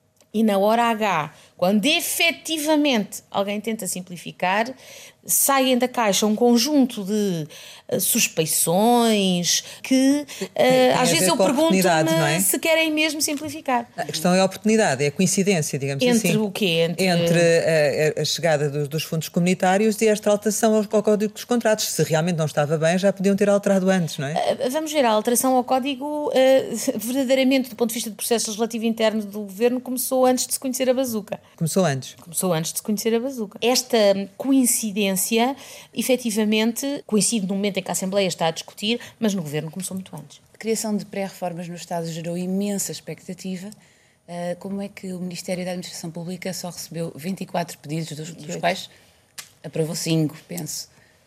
Speaker 2: e na hora H, quando efetivamente alguém tenta simplificar, saem da caixa um conjunto de uh, suspeições que uh, às vezes eu pergunto-me é? se querem mesmo simplificar.
Speaker 1: A questão é a oportunidade, é a coincidência, digamos
Speaker 2: entre
Speaker 1: assim.
Speaker 2: Entre o quê?
Speaker 1: Entre, Entre a, a chegada dos, dos fundos comunitários e esta alteração ao, ao Código dos Contratos. Se realmente não estava bem, já podiam ter alterado antes, não é?
Speaker 2: Uh, vamos ver, a alteração ao Código, uh, verdadeiramente, do ponto de vista do processo legislativo interno do Governo, começou antes de se conhecer a bazuca.
Speaker 1: Começou antes?
Speaker 2: Começou antes de se conhecer a bazuca. Esta coincidência, efetivamente, coincide no momento em que a Assembleia está a discutir, mas no Governo começou muito antes.
Speaker 3: A criação de pré-reformas no Estado gerou imensa expectativa. Uh, como é que o Ministério da Administração Pública só recebeu vinte e quatro pedidos, dos, dos quais aprovou cinco, penso.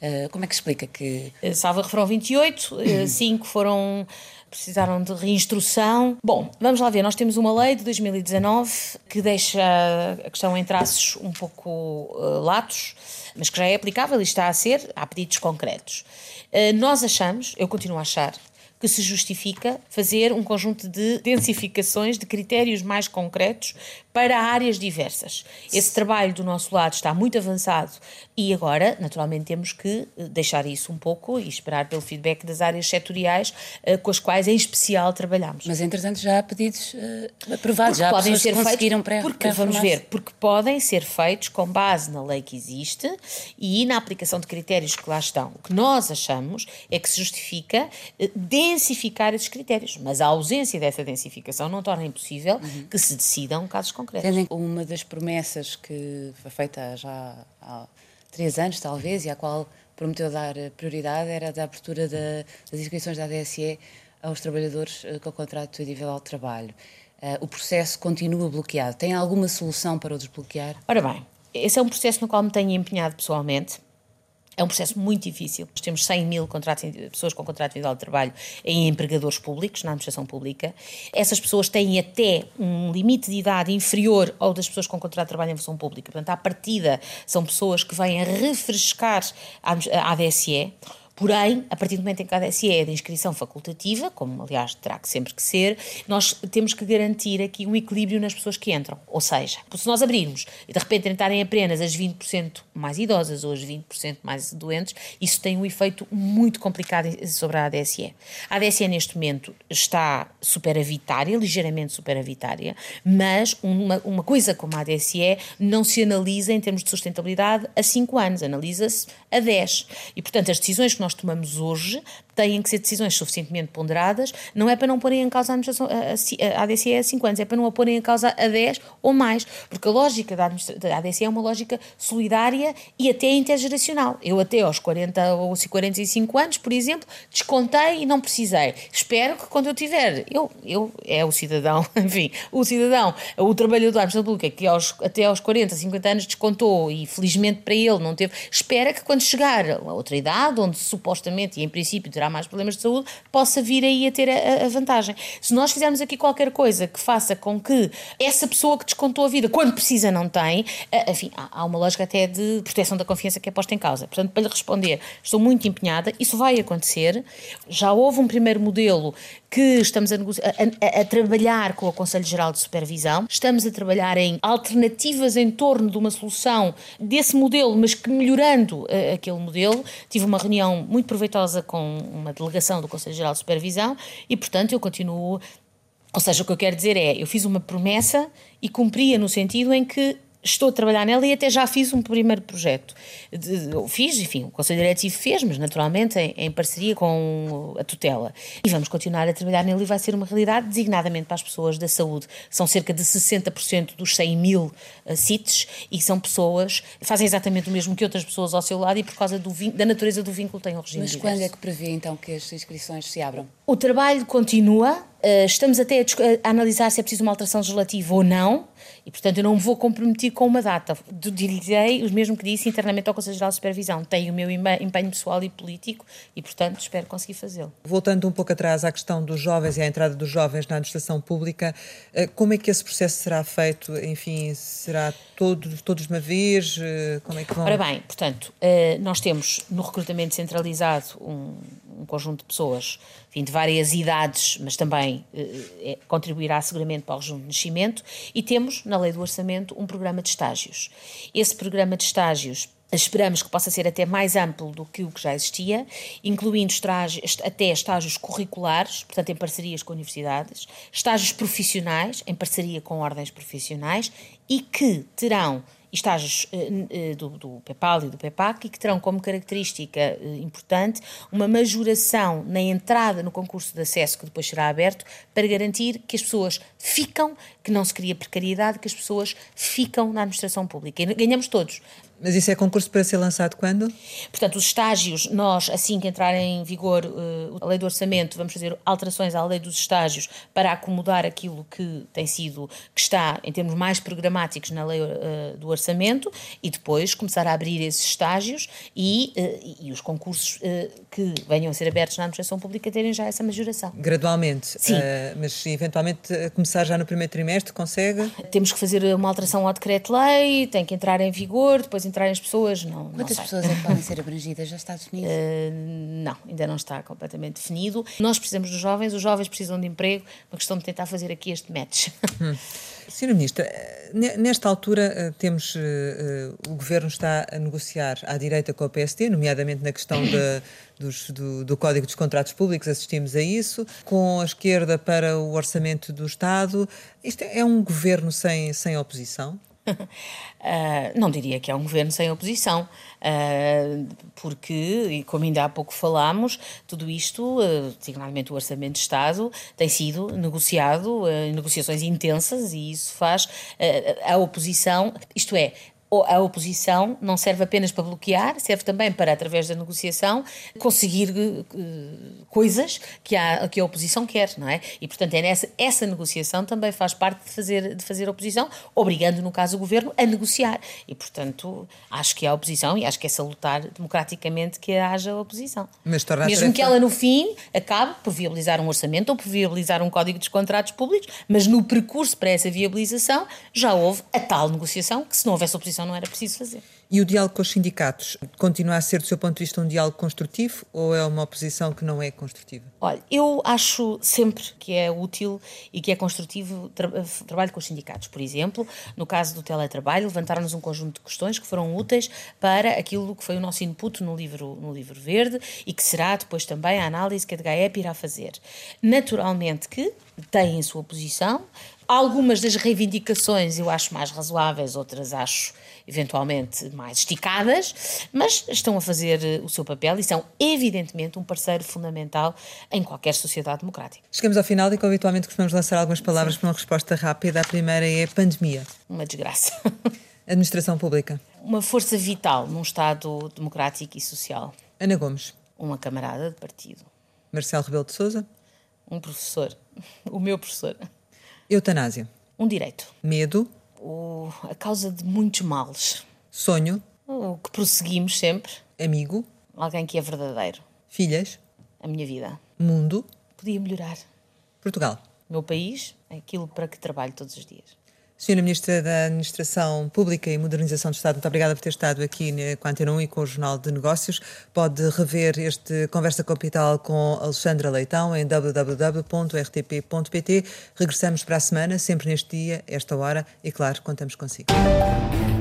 Speaker 3: Uh, como é que explica que...
Speaker 2: Salvo erro foram vinte e oito, cinco foram... precisaram de reinstrução. Bom, vamos lá ver, nós temos uma lei de dois mil e dezanove que deixa a questão em traços um pouco uh, latos, mas que já é aplicável e está a ser, há pedidos concretos. Uh, nós achamos, eu continuo a achar, que se justifica fazer um conjunto de densificações, de critérios mais concretos para áreas diversas. Esse trabalho do nosso lado está muito avançado e agora, naturalmente, temos que deixar isso um pouco e esperar pelo feedback das áreas setoriais com as quais, em especial, trabalhamos.
Speaker 3: Mas, entretanto, já há pedidos uh, aprovados,
Speaker 2: porque
Speaker 3: já há
Speaker 2: podem
Speaker 3: pessoas
Speaker 2: ser
Speaker 3: que conseguiram
Speaker 2: feitos,
Speaker 3: pré
Speaker 2: porque, vamos ver, porque podem ser feitos com base na lei que existe e na aplicação de critérios que lá estão. O que nós achamos é que se justifica uh, densificar esses critérios, mas a ausência dessa densificação não torna impossível uhum. que se decidam casos concretos.
Speaker 3: Tendo uma das promessas que foi feita já há três anos, talvez, e à qual prometeu dar prioridade, era da abertura da, das inscrições da A D S E aos trabalhadores com contrato individual de trabalho. Uh, o processo continua bloqueado. Tem alguma solução para o desbloquear?
Speaker 2: Ora bem, esse é um processo no qual me tenho empenhado pessoalmente. É um processo muito difícil. Nós temos cem mil contratos, pessoas com contrato individual de trabalho em empregadores públicos, na administração pública. Essas pessoas têm até um limite de idade inferior ao das pessoas com contrato de trabalho em função pública. Portanto, à partida, são pessoas que vêm a refrescar a A D S E. Porém, a partir do momento em que a A D S E é de inscrição facultativa, como aliás terá que sempre que ser, nós temos que garantir aqui um equilíbrio nas pessoas que entram. Ou seja, se nós abrirmos e de repente entrarem apenas as vinte por cento mais idosas ou as vinte por cento mais doentes, isso tem um efeito muito complicado sobre a A D S E. A A D S E neste momento está superavitária, ligeiramente superavitária, mas uma, uma coisa como a A D S E não se analisa em termos de sustentabilidade a cinco anos, analisa-se a dez. E portanto as decisões que nós tomamos hoje têm que ser decisões suficientemente ponderadas, não é para não porem em causa a, administração, a, a A D S E a cinco anos, é para não a porem em causa a dez ou mais, porque a lógica da, da A D S E é uma lógica solidária e até intergeracional. Eu até aos quarenta ou quarenta e cinco anos, por exemplo, descontei e não precisei. Espero que quando eu tiver, eu, eu é o cidadão, enfim, o cidadão, o trabalhador da administração pública que aos, até aos quarenta, cinquenta anos descontou e felizmente para ele não teve, espera que quando chegar a outra idade, onde supostamente e em princípio terá mais problemas de saúde, possa vir aí a ter a, a vantagem. Se nós fizermos aqui qualquer coisa que faça com que essa pessoa que descontou a vida, quando precisa não tem, enfim, há uma lógica até de proteção da confiança que é posta em causa. Portanto, para lhe responder, estou muito empenhada, isso vai acontecer, já houve um primeiro modelo que estamos a, a, a trabalhar com o Conselho Geral de Supervisão, estamos a trabalhar em alternativas em torno de uma solução desse modelo, mas que melhorando uh, aquele modelo. Tive uma reunião muito proveitosa com uma delegação do Conselho Geral de Supervisão e, portanto, eu continuo... Ou seja, o que eu quero dizer é, eu fiz uma promessa e cumpria no sentido em que estou a trabalhar nela e até já fiz um primeiro projeto. Eu fiz, enfim, o Conselho Diretivo fez, mas naturalmente em, em parceria com a tutela. E vamos continuar a trabalhar nele e vai ser uma realidade, designadamente para as pessoas da saúde. São cerca de sessenta por cento dos cem mil uh, C I Ts e são pessoas que fazem exatamente o mesmo que outras pessoas ao seu lado e por causa do, da natureza do vínculo têm um regime
Speaker 3: Mas
Speaker 2: diverso.
Speaker 3: Quando é que prevê então que as inscrições se abram?
Speaker 2: O trabalho continua, estamos até a, a analisar se é preciso uma alteração legislativa ou não, e portanto eu não me vou comprometer com uma data. Direi o mesmo que disse internamente ao Conselho Geral de Supervisão. Tenho o meu empenho pessoal e político e portanto espero conseguir fazê-lo.
Speaker 1: Voltando um pouco atrás à questão dos jovens e à entrada dos jovens na administração pública, como é que esse processo será feito? Enfim, será todo, todos de uma vez? Como é que vão...
Speaker 2: Ora bem, portanto, nós temos no recrutamento centralizado um, um conjunto de pessoas, enfim, de várias idades, mas também eh, contribuirá seguramente para o regime de nascimento, e temos, na lei do orçamento, um programa de estágios. Esse programa de estágios esperamos que possa ser até mais amplo do que o que já existia, incluindo estágios, até estágios curriculares, portanto em parcerias com universidades, estágios profissionais, em parceria com ordens profissionais, e que terão estágios uh, do, do PEPAL e do PEPAC e que terão como característica uh, importante uma majoração na entrada no concurso de acesso que depois será aberto para garantir que as pessoas ficam, que não se cria precariedade, que as pessoas ficam na administração pública. E ganhamos todos.
Speaker 1: Mas isso é concurso para ser lançado quando?
Speaker 2: Portanto, os estágios, nós, assim que entrar em vigor uh, a lei do orçamento, vamos fazer alterações à lei dos estágios para acomodar aquilo que tem sido, que está em termos mais programáticos na lei uh, do orçamento, e depois começar a abrir esses estágios e, uh, e os concursos uh, que venham a ser abertos na administração pública terem já essa majoração.
Speaker 1: Gradualmente?
Speaker 2: Sim.
Speaker 1: Uh, mas eventualmente começar já no primeiro trimestre, consegue?
Speaker 2: Temos que fazer uma alteração ao decreto-lei, tem que entrar em vigor, depois entrarem as pessoas, não,
Speaker 3: Quantas
Speaker 2: não sei.
Speaker 3: pessoas é que podem ser abrangidas? Já está definido?
Speaker 2: Uh, não, ainda não está completamente definido. Nós precisamos dos jovens, os jovens precisam de emprego, uma questão de tentar fazer aqui este match.
Speaker 1: Hum. senhora Ministra, nesta altura temos, uh, uh, o Governo está a negociar à direita com a P S D, nomeadamente na questão de, dos, do, do Código dos Contratos Públicos, assistimos a isso, com a esquerda para o Orçamento do Estado. Isto é um Governo sem, sem oposição?
Speaker 2: Uh, não diria que é um governo sem oposição, uh, porque, e como ainda há pouco falámos, tudo isto, uh, designadamente o Orçamento de Estado, tem sido negociado uh, em negociações intensas, e isso faz uh, a oposição, isto é, a oposição não serve apenas para bloquear, serve também para, através da negociação, conseguir uh, coisas que a, que a oposição quer, não é? E, portanto, é nessa, essa negociação também faz parte de fazer, de fazer oposição, obrigando, no caso, o Governo a negociar. E, portanto, acho que há oposição e acho que é salutar democraticamente que haja oposição.
Speaker 1: Mas torna
Speaker 2: Mesmo
Speaker 1: tarefa...
Speaker 2: que ela, no fim, acabe por viabilizar um orçamento ou por viabilizar um Código dos Contratos Públicos, mas no percurso para essa viabilização já houve a tal negociação que, se não houvesse oposição, não era preciso fazer.
Speaker 1: E o diálogo com os sindicatos continua a ser, do seu ponto de vista, um diálogo construtivo ou é uma oposição que não é construtiva?
Speaker 2: Olha, eu acho sempre que é útil e que é construtivo tra- trabalho com os sindicatos. Por exemplo, no caso do teletrabalho, levantaram-nos um conjunto de questões que foram úteis para aquilo que foi o nosso input no livro, no livro verde e que será depois também a análise que a D G A E P irá fazer. Naturalmente que têm a sua posição. Algumas das reivindicações eu acho mais razoáveis, outras acho eventualmente mais esticadas, mas estão a fazer o seu papel e são evidentemente um parceiro fundamental em qualquer sociedade democrática.
Speaker 1: Chegamos ao final e, como habitualmente, costumamos lançar algumas palavras Sim. para uma resposta rápida. A primeira é pandemia.
Speaker 2: Uma desgraça.
Speaker 1: Administração pública.
Speaker 2: Uma força vital num Estado democrático e social.
Speaker 1: Ana Gomes.
Speaker 2: Uma camarada de partido.
Speaker 1: Marcelo Rebelo de Sousa.
Speaker 2: Um professor. O meu professor.
Speaker 1: Eutanásia.
Speaker 2: Um direito.
Speaker 1: Medo.
Speaker 2: O, a causa de muitos males.
Speaker 1: Sonho.
Speaker 2: O que prosseguimos sempre.
Speaker 1: Amigo.
Speaker 2: Alguém que é verdadeiro.
Speaker 1: Filhas.
Speaker 2: A minha vida.
Speaker 1: Mundo.
Speaker 2: Podia melhorar.
Speaker 1: Portugal.
Speaker 2: O meu país é aquilo para que trabalho todos os dias.
Speaker 1: senhora Ministra da Administração Pública e Modernização do Estado, muito obrigada por ter estado aqui com a Antena um e com o Jornal de Negócios. Pode rever este Conversa Capital com Alexandra Leitão em w w w ponto r t p ponto p t. Regressamos para a semana, sempre neste dia, esta hora, e claro, contamos consigo.